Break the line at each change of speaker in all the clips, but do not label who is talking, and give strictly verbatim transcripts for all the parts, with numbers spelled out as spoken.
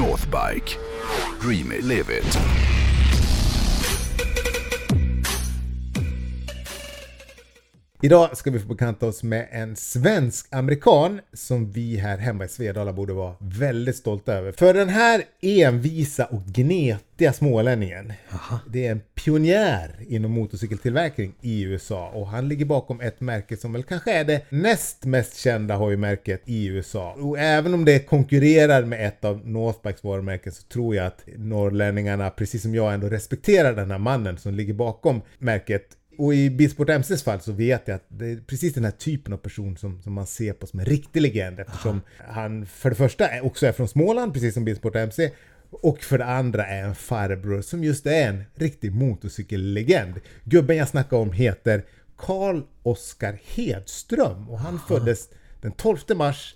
Northbike. Dream it, live it.
Idag ska vi få bekanta oss med en svensk-amerikan som vi här hemma i Svedala borde vara väldigt stolta över. För den här envisa och gnetiga smålänningen, Aha. det är en pionjär inom motorcykeltillverkning i U S A. Och han ligger bakom ett märke som väl kanske är det näst mest kända hojmärket i U S A. Och även om det konkurrerar med ett av Northbikes varumärken så tror jag att norrlänningarna, precis som jag, ändå respekterar den här mannen som ligger bakom märket. Och i Bilsport M C:s fall så vet jag att det är precis den här typen av person som, som man ser på som en riktig legend. Eftersom Aha. han för det första är, också är från Småland, precis som Bilsport M C. Och för det andra är en farbror som just är en riktig motorcykellegend. Gubben jag snackar om heter Carl Oskar Hedström. Och han Aha. föddes den tolfte mars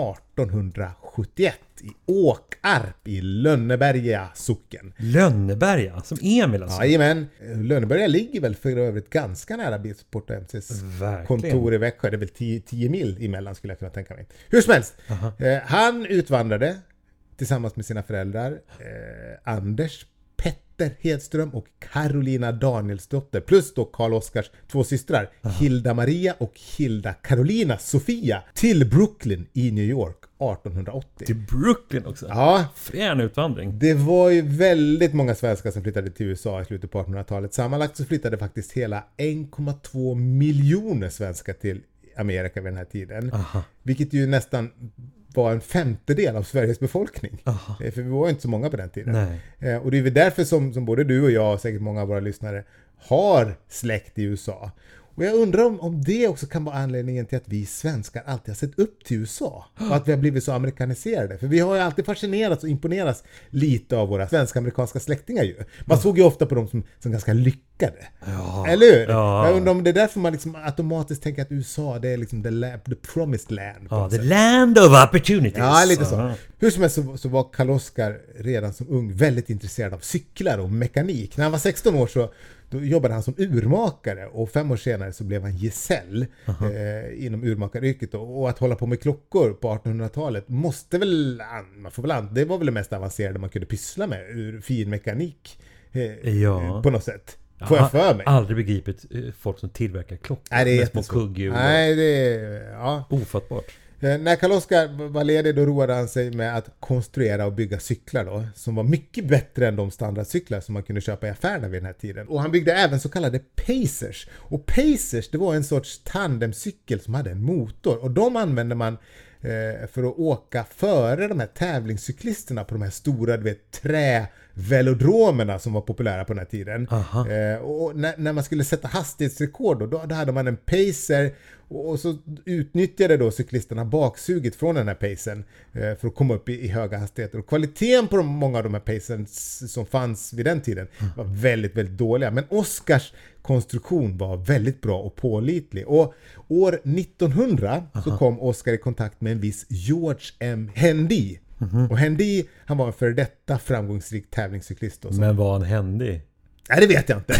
artonhundrasjuttioett i Åkarp i Lönneberga socken.
Lönneberga? Som Emil alltså?
Jajamän. Lönneberga ligger väl för övrigt ganska nära Bilsport M C:s kontor i Växjö. Det är väl tio mil emellan skulle jag kunna tänka mig. Hur som helst. Eh, han utvandrade tillsammans med sina föräldrar eh, Anders Petter Hedström och Carolina Danielsdotter plus då Carl Oskars två systrar Aha. Hilda Maria och Hilda Carolina Sofia till Brooklyn i New York artonhundraåttio.
Till Brooklyn också?
Ja.
Frän utvandring.
Det var ju väldigt många svenskar som flyttade till U S A i slutet på artonhundratalet. Sammanlagt så flyttade faktiskt hela en komma två miljoner svenskar till Amerika vid den här tiden. Aha. Vilket ju nästan var en femtedel av Sveriges befolkning. Aha. För vi var inte så många på den tiden. Nej. Och det är väl därför som, som både du och jag och säkert många av våra lyssnare har släkt i U S A. Och jag undrar om, om det också kan vara anledningen till att vi svenskar alltid har sett upp till U S A. Och att vi har blivit så amerikaniserade. För vi har ju alltid fascinerats och imponerats lite av våra svenska-amerikanska släktingar ju. Man såg ju ofta på dem som, som ganska lyckade. Ja. Eller hur? Ja. Jag undrar om det är därför man liksom automatiskt tänker att U S A det är liksom the, la- the promised land.
Ja, the sätt. Land of opportunities.
Ja, lite så. Ja. Hur som helst så, så var Carl Oskar redan som ung väldigt intresserad av cyklar och mekanik. När han var sexton år så då jobbade han som urmakare och fem år senare så blev han gesäll eh, inom urmakaryrket. Och, och att hålla på med klockor på artonhundratalet måste väl, man får väl an, det var väl det mest avancerade man kunde pyssla med ur fin mekanik eh, ja. på något sätt. Får jag, jag för mig.
Jag har aldrig begripit folk som tillverkar klockor.
Nej, det är
med små kugghjul.
Nej, det är ja.
ofattbart.
När Carl Oskar var ledig då roade han sig med att konstruera och bygga cyklar då, som var mycket bättre än de standardcyklar som man kunde köpa i affärerna vid den här tiden. Och han byggde även så kallade Pacers. Och Pacers det var en sorts tandemcykel som hade en motor. Och de använde man eh, för att åka före de här tävlingscyklisterna på de här stora, du vet, trävelodromerna som var populära på den här tiden. Eh, och när, när man skulle sätta hastighetsrekord då, då, då hade man en Pacer. Och så utnyttjade då cyklisterna baksuget från den här pacen eh, för att komma upp i, i höga hastigheter. Och kvaliteten på de, många av de här pacens som fanns vid den tiden var väldigt, väldigt dåliga. Men Oskars konstruktion var väldigt bra och pålitlig. Och år nittonhundra Aha. så kom Oskar i kontakt med en viss George M. Hendy. Mm-hmm. Och Hendy, han var en för detta framgångsrik tävlingscyklist. Då,
men var han Hendy?
Nej, det vet jag inte.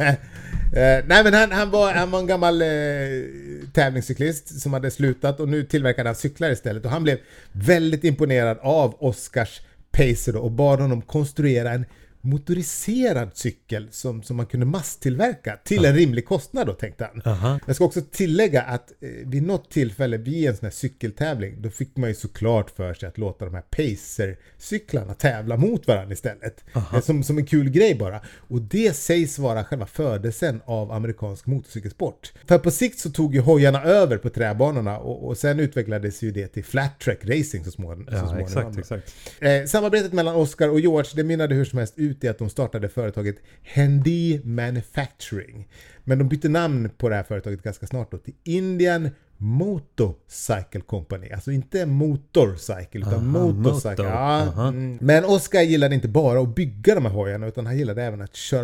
eh, nej, men han, han, var, han var en gammal eh, tävlingscyklist som hade slutat och nu tillverkade han cyklar istället. Och han blev väldigt imponerad av Oskars Pacer då, och bad honom konstruera en motoriserad cykel som, som man kunde masstillverka till en rimlig kostnad då, tänkte han. Aha. Jag ska också tillägga att eh, vid något tillfälle vid en sån här cykeltävling då fick man ju såklart för sig att låta de här Pacer-cyklarna tävla mot varandra istället. Eh, som, som en kul grej bara. Och det sägs vara själva födelsen av amerikansk motorcykelsport. För på sikt så tog ju hojarna över på träbanorna och, och sen utvecklades ju det till flat track racing så småningom.
Ja,
så småningom.
exakt, exakt.
Eh, samarbetet mellan Oskar och George det mynnade hur som helst ut i att de startade företaget Hendy Manufacturing. Men de bytte namn på det här företaget ganska snart då till Indian Motorcycle Company. Alltså inte motorcycle utan aha, motorcycle. Ja, mm. Men Oskar gillade inte bara att bygga de här hojarna utan han gillade även att köra fort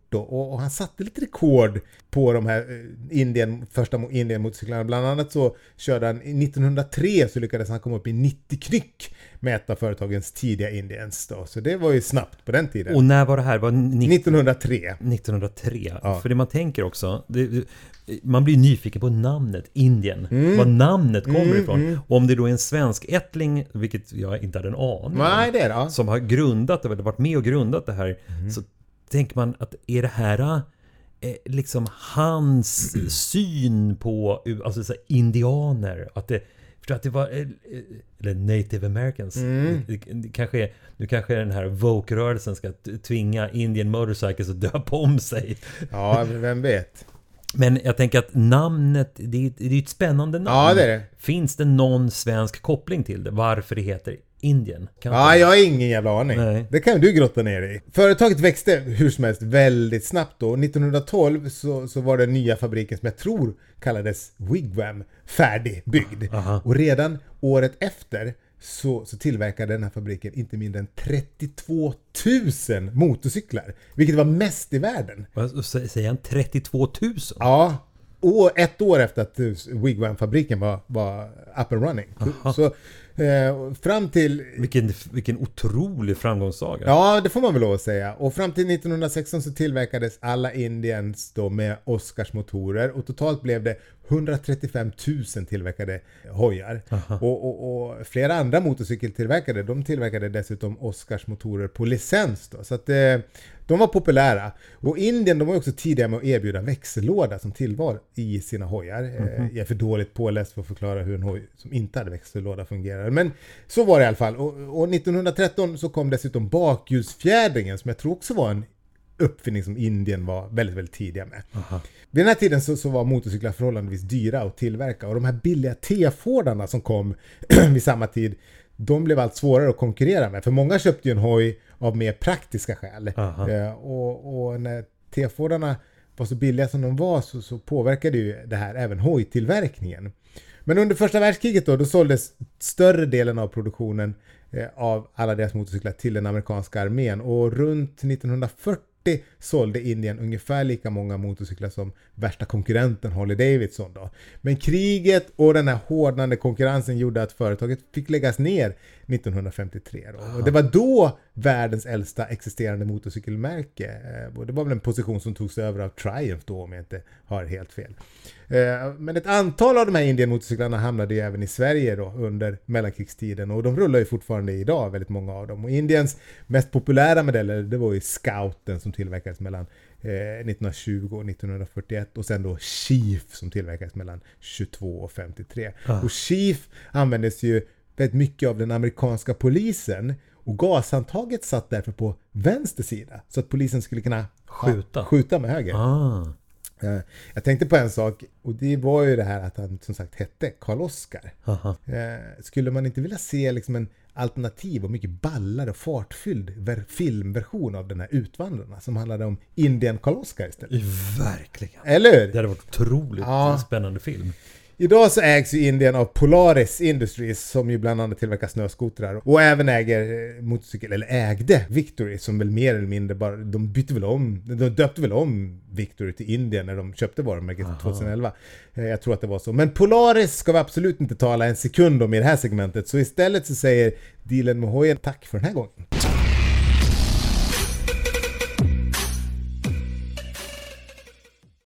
då. Och, och han satte lite rekord på de här eh, Indien, första Indien-motorcyklarna. Bland annat så körde han nittonhundratre så lyckades han komma upp i nittio knyck med ett av företagens tidiga Indiens då. Så det var ju snabbt på den tiden.
Och när var det här? Var ni-
nittonhundratre.
nittonhundratre.
Ja.
För det man tänker också, det, man blir nyfiken på namnet Indien.
Mm.
Var namnet kommer
Mm,
ifrån.
mm.
Och om det då är en svensk ättling, vilket jag inte hade en aning
Nej,
om,
det är det. Ja.
som har grundat det, eller varit med och grundat det här,
Mm.
så tänker man att är det här eh, liksom hans syn på alltså, så här, indianer, att det för att det var eh, eller native americans
Mm.
det, det kanske är, nu kanske den här woke-rörelsen ska t- tvinga Indian motorcycles att döpa om sig.
Ja, vem vet.
Men jag tänker att namnet, det är, det är ett spännande namn.
Ja, det är det.
Finns det någon svensk koppling till det? Varför det heter Indien? Kan
Ja,
inte-
jag har ingen jävla aning.
Nej.
Det kan du grotta ner i. Företaget växte hur som helst väldigt snabbt då. nittonhundratolv så, så var den nya fabriken som jag tror kallades Wigwam färdigbyggd.
Aha.
Och redan året efter så, så tillverkade den här fabriken inte mindre än trettiotvå tusen motorcyklar. Vilket var mest i världen.
Vad sä- säger han? trettiotvå tusen?
Ja, och ett år efter att Wigwam-fabriken var, var up and running.
Aha.
Så eh, fram till...
Vilken, vilken otrolig framgångssaga.
Ja, det får man väl lov att säga. Och fram till nittonhundrasexton så tillverkades alla Indiens då med Oscars motorer. Och totalt blev det hundratrettiofem tusen tillverkade hojar. Och, och, och flera andra motorcykeltillverkare, de tillverkade dessutom Oscars motorer på licens då. Så att eh, de var populära. Och Indien, de var också tidiga med att erbjuda växellåda som tillvar i sina hojar. Mm-hmm. Jag är för dåligt påläst för att förklara hur en hoj som inte hade växellåda fungerar. Men så var det i alla fall. Och, och nittonhundratretton så kom dessutom bakhjulsfjädringen som jag tror också var en uppfinning som Indien var väldigt, väldigt tidiga med.
Aha.
Vid den här tiden så, så var motorcyklar förhållandevis dyra att tillverka. Och de här billiga T-Fordarna som kom vid samma tid, de blev allt svårare att konkurrera med. För många köpte ju en hoj av mer praktiska skäl. Eh, och, och när T-Fordarna var så billiga som de var så, så påverkade ju det här även hojtillverkningen. Men under första världskriget då, då såldes större delen av produktionen eh, av alla deras motorcyklar till den amerikanska armén. Och runt nittonhundrafyrtio sålde Indien ungefär lika många motorcyklar som värsta konkurrenten Harley Davidson då. Men kriget och den här hårdnande konkurrensen gjorde att företaget fick läggas ner nittonhundrafemtiotre då. Och det var då världens äldsta existerande motorcykelmärke. Eh, det var väl en position som togs över av Triumph då om jag inte har helt fel. Eh, men ett antal av de här Indien-motorcyklarna hamnade ju även i Sverige då under mellankrigstiden och de rullar ju fortfarande idag, väldigt många av dem. Och Indiens mest populära modeller, det var ju Scouten som tillverkades mellan eh, nittonhundratjugo och nittonhundrafyrtioett och sen då Chief som tillverkades mellan tjugotvå och femtiotre.
Ah.
Och Chief användes ju väldigt mycket av den amerikanska polisen och gashandtaget satt därför på vänster sida så att polisen skulle kunna
Skjuta.
Ja, skjuta med höger.
Ah.
Eh, Jag tänkte på en sak och det var ju det här att han som sagt hette Karl Oskar.
Aha.
Eh, Skulle man inte vilja se liksom en alternativ och mycket ballare och fartfylld ver- filmversion av den här Utvandrarna som handlade om Indien Karl Oskar istället?
Verkligen.
Eller hur?
Det hade varit otroligt
Ja.
spännande film.
Idag så ägs ju Indien av Polaris Industries som ju bland annat tillverkar snöskotrar och även äger eh, motorcykel, eller ägde Victory som väl mer eller mindre bara, de bytte väl om, de döpte väl om Victory till Indien när de köpte varumärket tjugoelva. Eh, Jag tror att det var så. Men Polaris ska vi absolut inte tala en sekund om i det här segmentet så istället så säger dealen med hojen tack för den här gången.